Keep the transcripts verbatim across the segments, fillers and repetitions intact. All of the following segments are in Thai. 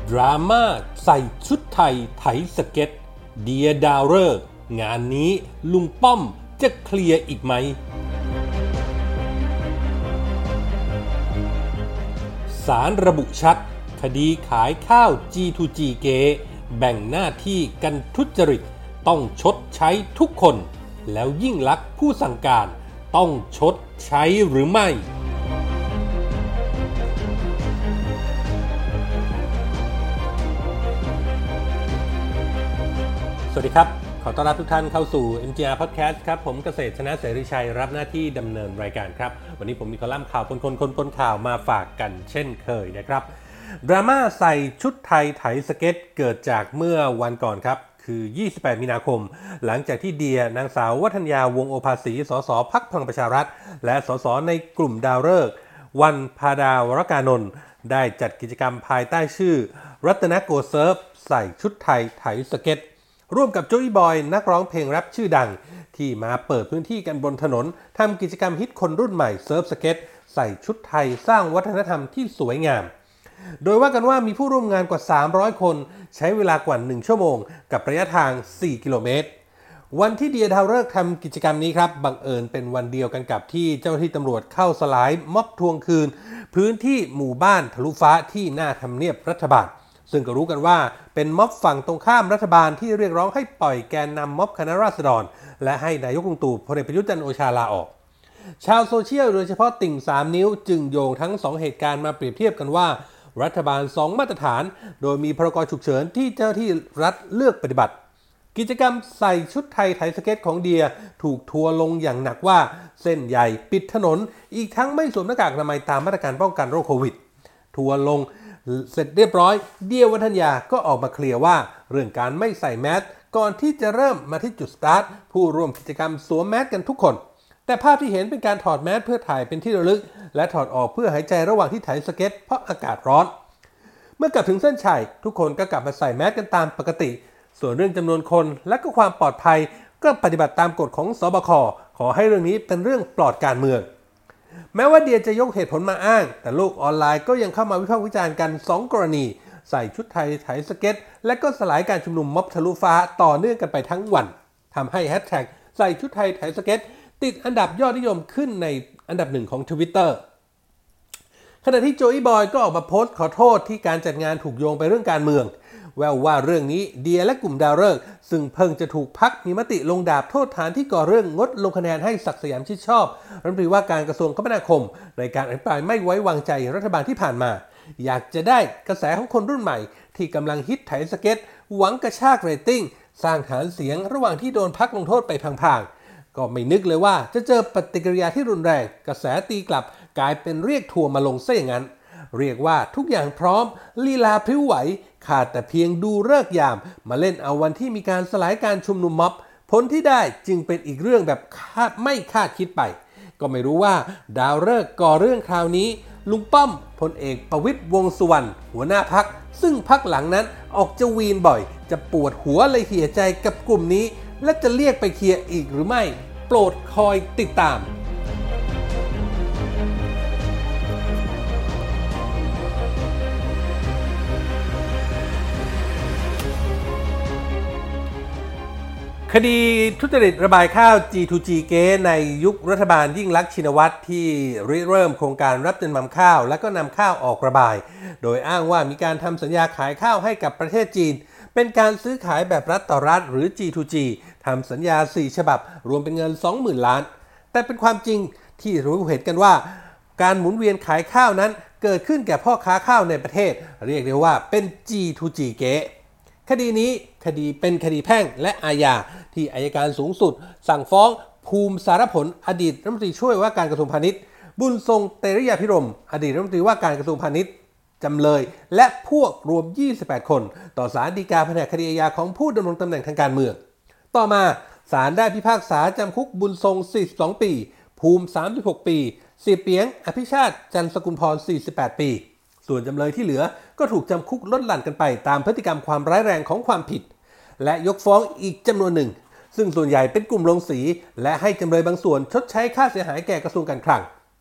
ดราม่าใส่ชุดไทยไถสเก็ตเดียดาวฤกษ์งานนี้ลุงป้อมจะเคลียร์อีกไหมศาลระบุชัดคดีขายข้าว จี ทู จี เก๊แบ่งหน้าที่กันทุจริตต้องชดใช้ทุกคนแล้วยิ่งลักษณ์ผู้สั่งการต้องชดใช้หรือไม่สวัสดีครับขอต้อนรับทุกท่านเข้าสู่ เอ็ม จี อาร์ Podcast ครับผมเกษตรชนะเสรีชัยรับหน้าที่ดำเนินรายการครับวันนี้ผมมีคอลัมน์ข่าวคนคนคนปนข่าวมาฝากกันเช่นเคยนะครับดราม่าใส่ชุดไทยไถสเก็ตเกิดจากเมื่อวันก่อนครับคือยี่สิบแปดมีนาคมหลังจากที่เดียนางสาววัฒนยาวงศ์โอภาสีสสพรรคพลังประชารัฐและสสในกลุ่มดาวฤกษ์วันพาดาวรกานนท์ได้จัดกิจกรรมภายใต้ชื่อรัตนโกเซิร์ฟใส่ชุดไทยไถสเก็ตร่วมกับโจอี้บอยนักร้องเพลงแรปชื่อดังที่มาเปิดพื้นที่กันบนถนนทำกิจกรรมฮิตคนรุ่นใหม่เซิร์ฟสเก็ตใส่ชุดไทยสร้างวัฒนธรรมที่สวยงามโดยว่ากันว่ามีผู้ร่วมงานกว่าสามร้อยคนใช้เวลากว่าหนึ่งชั่วโมงกับระยะทางสี่กิโลเมตรวันที่เดียดาวฤกษ์ทำกิจกรรมนี้ครับบังเอิญเป็นวันเดียวกันกับที่เจ้าหน้าที่ตำรวจเข้าสลายม็อบทวงคืนพื้นที่หมู่บ้านทะลุฟ้าที่หน้าทำเนียบรัฐบาลซึ่งก็รู้กันว่าเป็นม็อบฝั่งตรงข้ามรัฐบาลที่เรียกร้องให้ปล่อยแกนนำม็อบคณะราษฎรและให้นายกลุงตู่พลเอกประยุทธ์จันทร์โอชาลาออกชาวโซเชียลโดยเฉพาะติ่งสามนิ้วจึงโยงทั้งสองเหตุการณ์มาเปรียบเทียบกันว่ารัฐบาลสองมาตรฐานโดยมีพรกฉุกเฉินที่เจ้าที่รัฐเลือกปฏิบัติกิจกรรมใส่ชุดไทยไถสเก็ตของเดียถูกทัวร์ลงอย่างหนักว่าเส้นใหญ่ปิดถนนอีกทั้งไม่สวมหน้ากากอนามัยตามมาตรการป้องกันโรคโควิดทัวร์ลงเสร็จเรียบร้อยเดียวัฒนยาก็ออกมาเคลียร์ว่าเรื่องการไม่ใส่แมสก่อนที่จะเริ่มมาที่จุดสตาร์ทผู้ร่วมกิจกรรมสวมแมสกันทุกคนแต่ภาพที่เห็นเป็นการถอดแมสเพื่อถ่ายเป็นที่ระลึกและถอดออกเพื่อหายใจระหว่างที่ไถสเก็ตเพราะอากาศร้อนเมื่อกลับถึงเส้นชัยทุกคนก็กลับมาใส่แมสกันตามปกติส่วนเรื่องจำนวนคนและก็ความปลอดภัยก็ปฏิบัติตามกฎของสบคขอให้เรื่องนี้เป็นเรื่องปลอดการเมืองแม้ว่าเดียจะยกเหตุผลมาอ้างแต่โลกออนไลน์ก็ยังเข้ามาวิพากษ์วิจารณ์กันสองกรณีใส่ชุดไทยไถสเก็ตและก็สลายการชุมนุมม็อบทะลุฟ้าต่อเนื่องกันไปทั้งวันทำให้แฮชแท็กใส่ชุดไทยไถสเก็ตติดอันดับยอดนิยมขึ้นในอันดับหนึ่งของ Twitter ขณะที่โจอี้บอยก็ออกมาโพสต์ขอโทษที่การจัดงานถูกโยงไปเรื่องการเมืองแววว่าเรื่องนี้เดียและกลุ่มดาวฤกษ์ซึ่งเพิ่งจะถูกพักมีมติลงดาบโทษฐานที่ก่อเรื่องงดลงคะแนนให้ศักดิ์สยามชิดชอบรัฐมนตรีว่าการกระทรวงคมนาคมในการอภิปรายไม่ไว้วางใจรัฐบาลที่ผ่านมาอยากจะได้กระแสของคนรุ่นใหม่ที่กำลังฮิตไถสเก็ตหวังกระชากเรตติ้งสร้างฐานเสียงระหว่างที่โดนพักลงโทษไปพลางๆก็ไม่นึกเลยว่าจะเจอปฏิกิริยาที่รุนแรงกระแสตีกลับกลายเป็นเรียกทัวร์มาลงซะอย่างนั้นเรียกว่าทุกอย่างพร้อมลีลาพริ้วไหวขาดแต่เพียงดูฤกษ์ยามมาเล่นเอาวันที่มีการสลายการชุมนุมม็อบผลที่ได้จึงเป็นอีกเรื่องแบบคาดไม่คาดคิดไปก็ไม่รู้ว่าดาวฤกษ์ก่อเรื่องคราวนี้ลุงป้อมพลเอกประวิตรวงษ์สุวรรณหัวหน้าพรรคซึ่งพรรคหลังนั้นออกจะวีนบ่อยจะปวดหัวเลยเหี่ยใจกับกลุ่มนี้และจะเรียกไปเคลียร์อีกหรือไม่โปรดคอยติดตามคดีทุจริตระบายข้าว จี ทู จี เก๊ในยุครัฐบาลยิ่งลักษณ์ชินวัตรที่ริเริ่มโครงการรับจำนำข้าวและก็นำข้าวออกระบายโดยอ้างว่ามีการทำสัญญาขายข้าวให้กับประเทศจีนเป็นการซื้อขายแบบรัฐต่อรัฐหรือ จี ทู จี ทำสัญญาสี่ฉบับรวมเป็นเงิน สองหมื่น ล้านแต่เป็นความจริงที่รู้เห็นกันว่าการหมุนเวียนขายข้าวนั้นเกิดขึ้นแก่พ่อค้าข้าวในประเทศเรียกได้ว่าเป็น จี ทู จี เก๊คดีนี้คดีเป็นคดีแพ่งและอาญาที่อัยการสูงสุดสั่งฟ้องภูมิสารผลอดีตรัฐมนตรีช่วยว่าการกระทรวงพาณิชย์บุญทรงเตริยาภิรมย์อดีตรัฐมนตรีว่าการกระทรวงพาณิชย์จำเลยและพวกรวมยี่สิบแปดคนต่อศาลฎีกาแผนกคดีอาญาของผู้ดำรงตำแหน่งทางการเมืองต่อมาศาลได้พิพากษาจำคุกบุญทรงสี่สิบสองปีภูมิสามสิบหกปีเสียเปียงอภิชาติจันทร์สกุลพรสี่สิบแปดปีส่วนจำเลยที่เหลือก็ถูกจำคุกลดหลั่นกันไปตามพฤติกรรมความร้ายแรงของความผิดและยกฟ้องอีกจำนวนหนึ่งซึ่งส่วนใหญ่เป็นกลุ่มโรงสีและให้จำเลยบางส่วนชดใช้ค่าเสียหายแก่กระทรวงการคลัง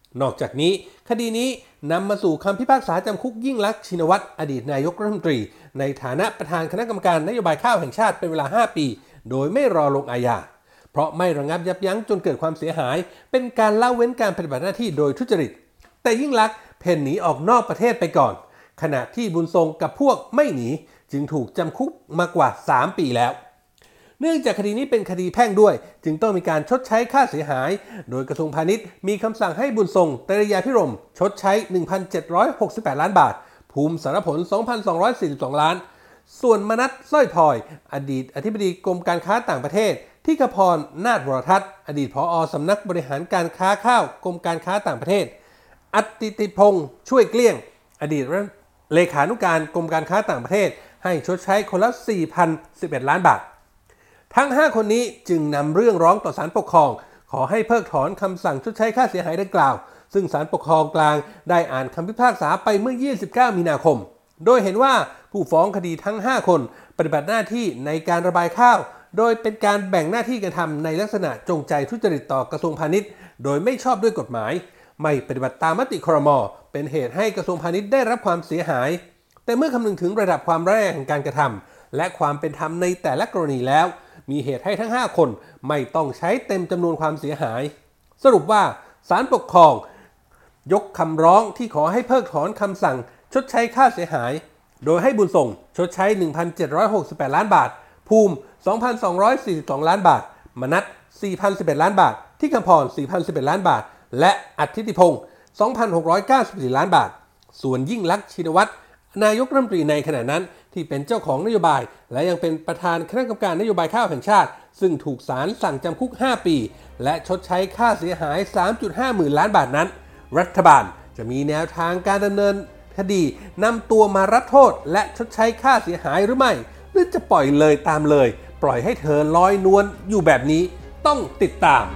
นอกจากนี้คดีนี้นำมาสู่คำพิพากษาจำคุกยิ่งลักษณ์ชินวัตรอดีตนายกรัฐมนตรีในฐานะประธานคณะกรรมการนโยบายข้าวแห่งชาติเป็นเวลาห้าปีโดยไม่รอลงอาญาเพราะไม่ระงับยับยั้งจนเกิดความเสียหายเป็นการละเว้นการปฏิบัติหน้าที่โดยทุจริตแต่ยิ่งลักษณ์เพ่นหนีออกนอกประเทศไปก่อนขณะที่บุญทรงกับพวกไม่หนีจึงถูกจำคุกมากว่าสามปีแล้วเนื่องจากคดีนี้เป็นคดีแพ่งด้วยจึงต้องมีการชดใช้ค่าเสียหายโดยกระทรวงพาณิชย์มีคำสั่งให้บุญทรงเตรยาภิรมย์ชดใช้ หนึ่งพันเจ็ดร้อยหกสิบแปด ล้านบาทภูมิสารผล สองพันสองร้อยสี่สิบสอง ล้านส่วนมนัสสร้อยพลอยอดีตอธิบดีกรมการค้าต่างประเทศที่กพรนาถวรทัศน์อดีตผอ.สำนักบริหารการค้าข้าวกรมการค้าต่างประเทศอติติพงษ์ช่วยเกลี้ยงอดีตเลขานุการกรมการค้าต่างประเทศให้ชดใช้คนละ สี่พันสิบเอ็ด ล้านบาททั้งห้าคนนี้จึงนำเรื่องร้องต่อศาลปกครองขอให้เพิกถอนคำสั่งชดใช้ค่าเสียหายดังกล่าวซึ่งศาลปกครองกลางได้อ่านคำพิพากษาไปเมื่อยี่สิบเก้ามีนาคมโดยเห็นว่าผู้ฟ้องคดีทั้งห้าคนปฏิบัติหน้าที่ในการระบายข้าวโดยเป็นการแบ่งหน้าที่การทำในลักษณะจงใจทุจริตต่อกระทรวงพาณิชย์โดยไม่ชอบด้วยกฎหมายไม่ปฏิบัติตามมติครม.เป็นเหตุให้กระทรวงพาณิชย์ได้รับความเสียหายแต่เมื่อคำนึงถึงระดับความร้ายแรงของการกระทำและความเป็นธรรมในแต่ละกรณีแล้วมีเหตุให้ทั้งห้าคนไม่ต้องใช้เต็มจำนวนความเสียหายสรุปว่าศาลปกครองยกคำร้องที่ขอให้เพิกถอนคำสั่งชดใช้ค่าเสียหายโดยให้บุญส่งชดใช้ หนึ่งพันเจ็ดร้อยหกสิบแปด ล้านบาทภูมิ สองพันสองร้อยสี่สิบสอง ล้านบาทมนัส สี่พันสิบเอ็ด ล้านบาทที่คำพร สี่พันสิบเอ็ด ล้านบาทและอธิติพงษ์ สองพันหกร้อยเก้าสิบสี่ ล้านบาทส่วนยิ่งลักษณ์ชินวัตรนายกรัฐมนตรีในขณะนั้นที่เป็นเจ้าของนโยบายและยังเป็นประธานคณะกรรมการนโยบายข้าวแห่งชาติซึ่งถูกศาลสั่งจำคุกห้าปีและชดใช้ค่าเสียหาย สามจุดห้า หมื่นล้านบาทนั้นรัฐบาลจะมีแนวทางการดำเนินคดีนำตัวมารับโทษและชดใช้ค่าเสียหายหรือไม่หรือจะปล่อยเลยตามเลยปล่อยให้เธอลอยนวลอยู่แบบนี้ต้องติดตาม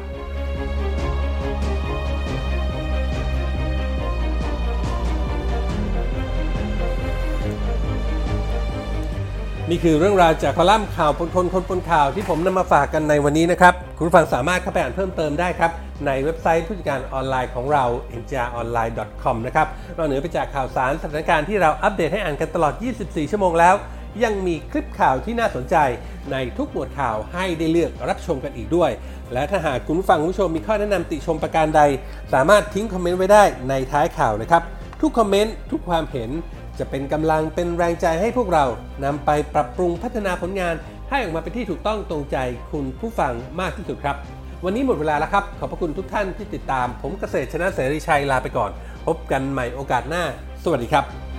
นี่คือเรื่องราวจากคอลัมน์ข่าวปนคนคนปนข่าวที่ผมนำมาฝากกันในวันนี้นะครับคุณผู้ฟังสามารถเข้าไปอ่านเพิ่มเติมได้ครับในเว็บไซต์ผู้จัดการออนไลน์ของเรา เอ็น จี อาร์ ออนไลน์ ดอท คอม นะครับนอกเหนือไปจากข่าวสารสถานการณ์ที่เราอัปเดตให้อ่านกันตลอดยี่สิบสี่ชั่วโมงแล้วยังมีคลิปข่าวที่น่าสนใจในทุกหมวดข่าวให้ได้เลือกรับชมกันอีกด้วยและถ้าหากคุณผู้ฟังผู้ชมมีข้อแนะนำติชมประการใดสามารถทิ้งคอมเมนต์ไว้ได้ในท้ายข่าวนะครับทุกคอมเมนต์ทุกความเห็นจะเป็นกำลังเป็นแรงใจให้พวกเรานำไปปรับปรุงพัฒนาผลงานให้ออกมาเป็นที่ถูกต้องตรงใจคุณผู้ฟังมากที่สุดครับวันนี้หมดเวลาแล้วครับขอบพระคุณทุกท่านที่ติดตามผมเกษตรชนะเสรีชัยลาไปก่อนพบกันใหม่โอกาสหน้าสวัสดีครับ